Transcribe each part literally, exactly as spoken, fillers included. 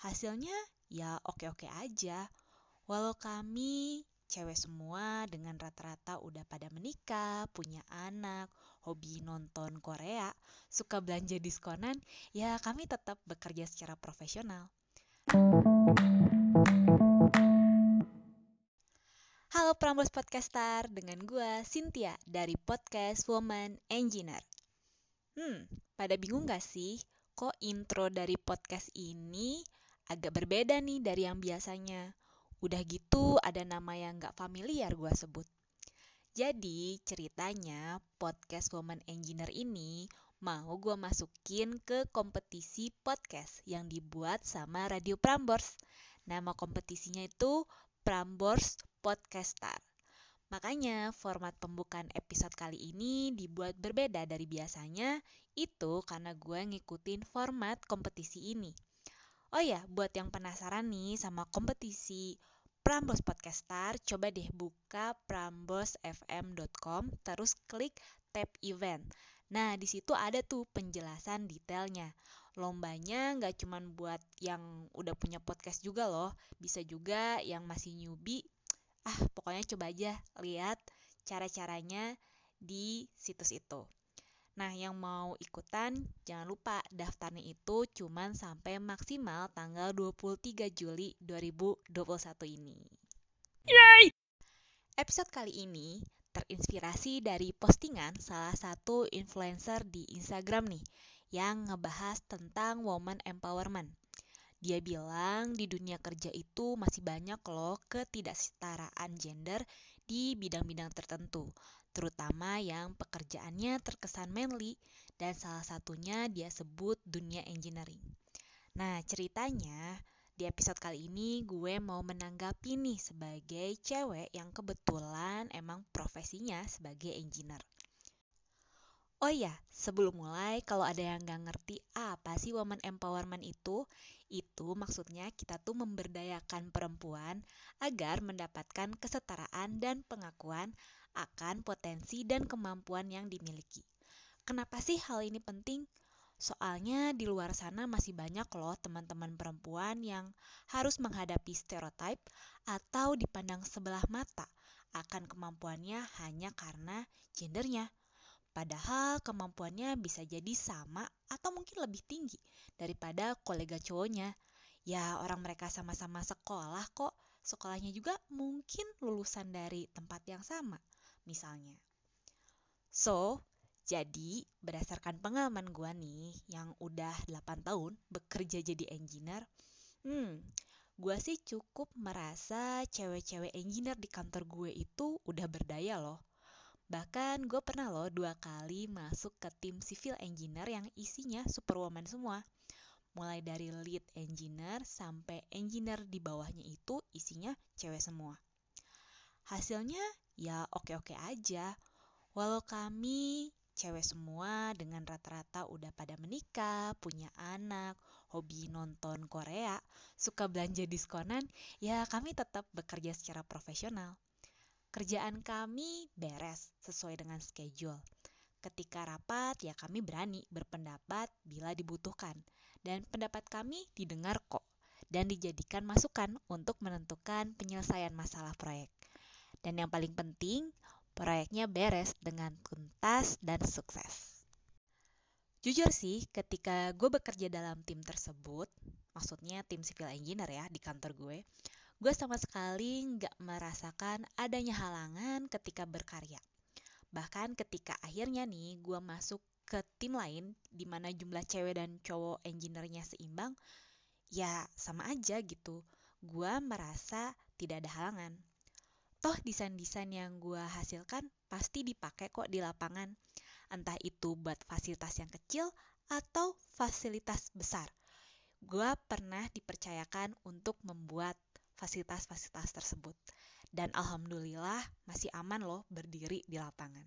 Hasilnya ya oke-oke aja. Walau kami cewek semua dengan rata-rata udah pada menikah, punya anak, hobi nonton Korea, suka belanja diskonan, ya kami tetap bekerja secara profesional. Halo Prambors Podcaster, dengan gue Cynthia dari podcast Woman Engineer. Hmm, pada bingung gak sih? Kok intro dari podcast ini agak berbeda nih dari yang biasanya? Udah gitu ada nama yang gak familiar gue sebut. Jadi ceritanya podcast Woman Engineer ini mau gue masukin ke kompetisi podcast yang dibuat sama Radio Prambors. Nama kompetisinya itu Prambors Podcaster. Makanya format pembukaan episode kali ini dibuat berbeda dari biasanya, itu karena gue ngikutin format kompetisi ini. Oh ya, buat yang penasaran nih sama kompetisi Prambors Podcaster, coba deh buka prambors f m dot com, terus klik tab event. Nah, di situ ada tuh penjelasan detailnya. Lombanya nggak cuma buat yang udah punya podcast juga loh, bisa juga yang masih newbie. Ah, pokoknya coba aja lihat cara-caranya di situs itu. Nah, yang mau ikutan, jangan lupa daftarnya itu cuman sampai maksimal tanggal dua puluh tiga Juli dua ribu dua puluh satu ini. Yay! Episode kali ini terinspirasi dari postingan salah satu influencer di Instagram nih, yang ngebahas tentang woman empowerment. Dia bilang di dunia kerja itu masih banyak loh ketidaksetaraan gender di bidang-bidang tertentu, terutama yang pekerjaannya terkesan manly, dan salah satunya dia sebut dunia engineering. Nah, ceritanya di episode kali ini gue mau menanggapi nih sebagai cewek yang kebetulan emang profesinya sebagai engineer. Oh iya, sebelum mulai, kalau ada yang gak ngerti apa sih woman empowerment itu, itu maksudnya kita tuh memberdayakan perempuan agar mendapatkan kesetaraan dan pengakuan akan potensi dan kemampuan yang dimiliki. Kenapa sih hal ini penting? Soalnya di luar sana masih banyak loh teman-teman perempuan yang harus menghadapi stereotip atau dipandang sebelah mata akan kemampuannya hanya karena gendernya. Padahal kemampuannya bisa jadi sama atau mungkin lebih tinggi daripada kolega cowoknya. Ya orang mereka sama-sama sekolah kok, sekolahnya juga mungkin lulusan dari tempat yang sama misalnya. So, jadi berdasarkan pengalaman gue nih yang udah delapan tahun bekerja jadi engineer, hmm, gue sih cukup merasa cewek-cewek engineer di kantor gue itu udah berdaya loh. Bahkan gue pernah loh dua kali masuk ke tim civil engineer yang isinya superwoman semua. Mulai dari lead engineer sampai engineer di bawahnya itu isinya cewek semua. Hasilnya ya oke-oke aja. Walau kami cewek semua dengan rata-rata udah pada menikah, punya anak, hobi nonton Korea, suka belanja diskonan, ya kami tetap bekerja secara profesional. Kerjaan kami beres sesuai dengan schedule. Ketika rapat, ya kami berani berpendapat bila dibutuhkan. Dan pendapat kami didengar kok. Dan dijadikan masukan untuk menentukan penyelesaian masalah proyek. Dan yang paling penting, proyeknya beres dengan tuntas dan sukses. Jujur sih, ketika gue bekerja dalam tim tersebut, maksudnya tim civil engineer ya di kantor gue, gue sama sekali nggak merasakan adanya halangan ketika berkarya. Bahkan ketika akhirnya nih gue masuk ke tim lain di mana jumlah cewek dan cowok engineer-nya seimbang, ya sama aja gitu. Gue merasa tidak ada halangan. Toh desain-desain yang gue hasilkan pasti dipakai kok di lapangan. Entah itu buat fasilitas yang kecil atau fasilitas besar. Gue pernah dipercayakan untuk membuat fasilitas-fasilitas tersebut. Dan alhamdulillah masih aman loh berdiri di lapangan.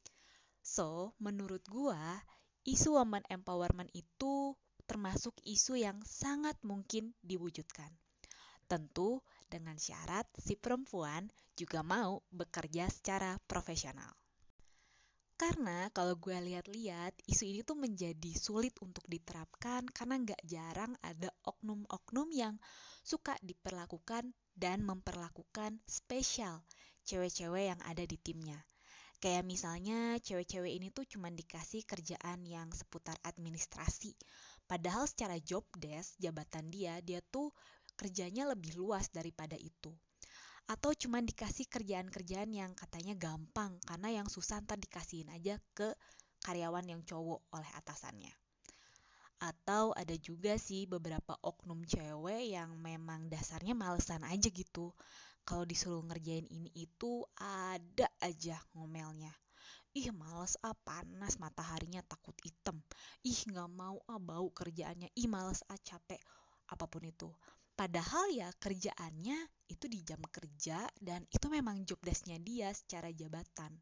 So, menurut gua, isu woman empowerment itu termasuk isu yang sangat mungkin diwujudkan. Tentu dengan syarat si perempuan juga mau bekerja secara profesional. Karena kalau gue lihat-lihat, isu ini tuh menjadi sulit untuk diterapkan karena nggak jarang ada oknum-oknum yang suka diperlakukan dan memperlakukan spesial cewek-cewek yang ada di timnya. Kayak misalnya cewek-cewek ini tuh cuma dikasih kerjaan yang seputar administrasi. Padahal secara job desk, jabatan dia, dia tuh kerjanya lebih luas daripada itu. Atau cuma dikasih kerjaan-kerjaan yang katanya gampang karena yang susah ntar dikasihin aja ke karyawan yang cowok oleh atasannya. Atau ada juga sih beberapa oknum cewek yang memang dasarnya malesan aja gitu. Kalau disuruh ngerjain ini itu ada aja ngomelnya. Ih males ah, panas mataharinya, takut hitam. Ih gak mau ah, bau kerjaannya. Ih males ah, capek. Apapun itu. Padahal ya kerjaannya itu di jam kerja dan itu memang job desk-nya dia secara jabatan.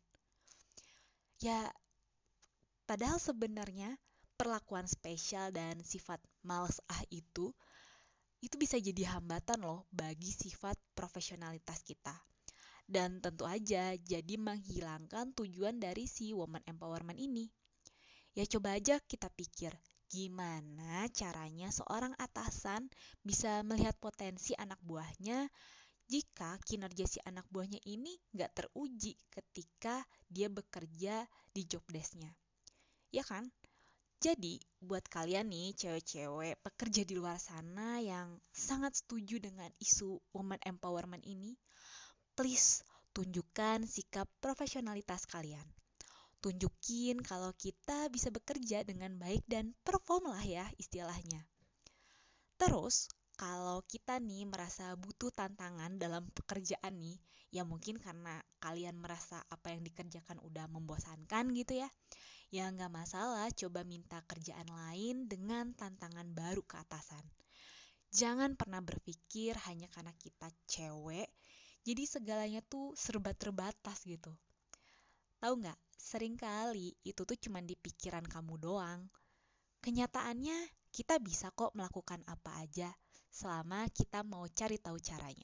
Ya padahal sebenarnya perlakuan spesial dan sifat males ah itu itu bisa jadi hambatan loh bagi sifat profesionalitas kita. Dan tentu aja jadi menghilangkan tujuan dari si woman empowerment ini. Ya coba aja kita pikir, gimana caranya seorang atasan bisa melihat potensi anak buahnya jika kinerja si anak buahnya ini nggak teruji ketika dia bekerja di job desk-nya. Ya kan? Jadi, buat kalian nih cewek-cewek pekerja di luar sana yang sangat setuju dengan isu woman empowerment ini, please tunjukkan sikap profesionalitas kalian. Tunjukin kalau kita bisa bekerja dengan baik dan perform lah ya istilahnya. Terus, kalau kita nih merasa butuh tantangan dalam pekerjaan nih, ya mungkin karena kalian merasa apa yang dikerjakan udah membosankan gitu ya, ya nggak masalah coba minta kerjaan lain dengan tantangan baru ke atasan. Jangan pernah berpikir hanya karena kita cewek, jadi segalanya tuh serba terbatas gitu. Tahu nggak, seringkali itu tuh cuma di pikiran kamu doang. Kenyataannya kita bisa kok melakukan apa aja selama kita mau cari tahu caranya.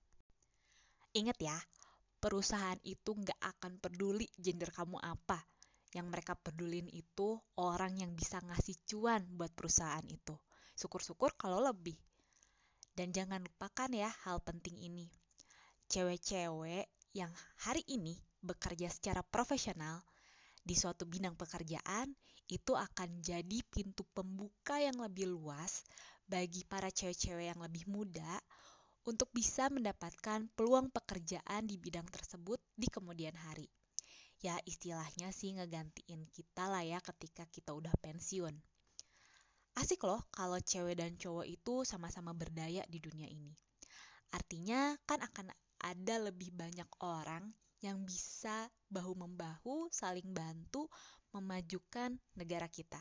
Ingat ya, perusahaan itu nggak akan peduli gender kamu apa. Yang mereka pedulin itu orang yang bisa ngasih cuan buat perusahaan itu. Syukur-syukur kalau lebih. Dan jangan lupakan ya hal penting ini. Cewek-cewek yang hari ini bekerja secara profesional di suatu bidang pekerjaan itu akan jadi pintu pembuka yang lebih luas bagi para cewek-cewek yang lebih muda untuk bisa mendapatkan peluang pekerjaan di bidang tersebut di kemudian hari. Ya istilahnya sih ngegantiin kita lah ya ketika kita udah pensiun. Asik loh kalau cewek dan cowok itu sama-sama berdaya di dunia ini. Artinya kan akan ada lebih banyak orang yang bisa bahu-membahu saling bantu memajukan negara kita.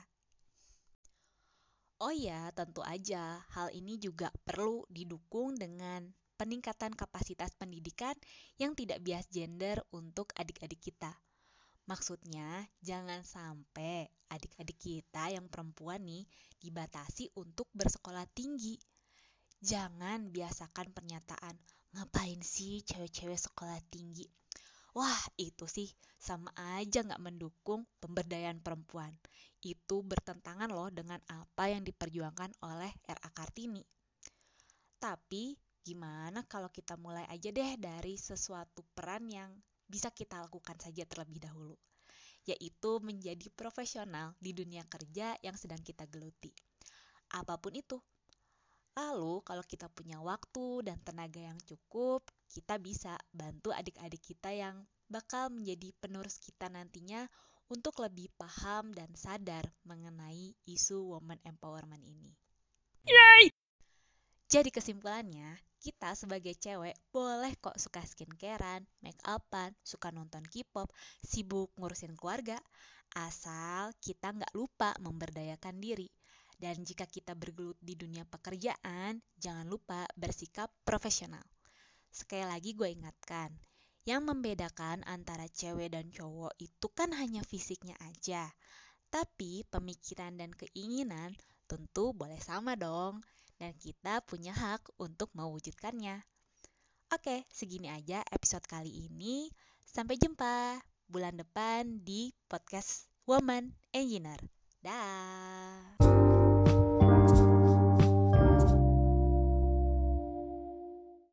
Oh ya, tentu aja hal ini juga perlu didukung dengan peningkatan kapasitas pendidikan yang tidak bias gender untuk adik-adik kita. Maksudnya, jangan sampai adik-adik kita yang perempuan nih dibatasi untuk bersekolah tinggi. Jangan biasakan pernyataan, ngapain sih cewek-cewek sekolah tinggi? Wah, itu sih sama aja nggak mendukung pemberdayaan perempuan. Itu bertentangan loh dengan apa yang diperjuangkan oleh R A Kartini. Tapi, gimana kalau kita mulai aja deh dari sesuatu peran yang bisa kita lakukan saja terlebih dahulu, yaitu menjadi profesional di dunia kerja yang sedang kita geluti. Apapun itu. Lalu kalau kita punya waktu dan tenaga yang cukup, kita bisa bantu adik-adik kita yang bakal menjadi penerus kita nantinya untuk lebih paham dan sadar mengenai isu woman empowerment ini. Yay! Jadi kesimpulannya, kita sebagai cewek boleh kok suka skincarean, make upan, suka nonton K-pop, sibuk ngurusin keluarga, asal kita nggak lupa memberdayakan diri. Dan jika kita bergelut di dunia pekerjaan, jangan lupa bersikap profesional. Sekali lagi gue ingatkan, yang membedakan antara cewek dan cowok itu kan hanya fisiknya aja. Tapi pemikiran dan keinginan tentu boleh sama dong. Dan kita punya hak untuk mewujudkannya. Oke, segini aja episode kali ini. Sampai jumpa. bulan depan di podcast Woman Engineer. Dah.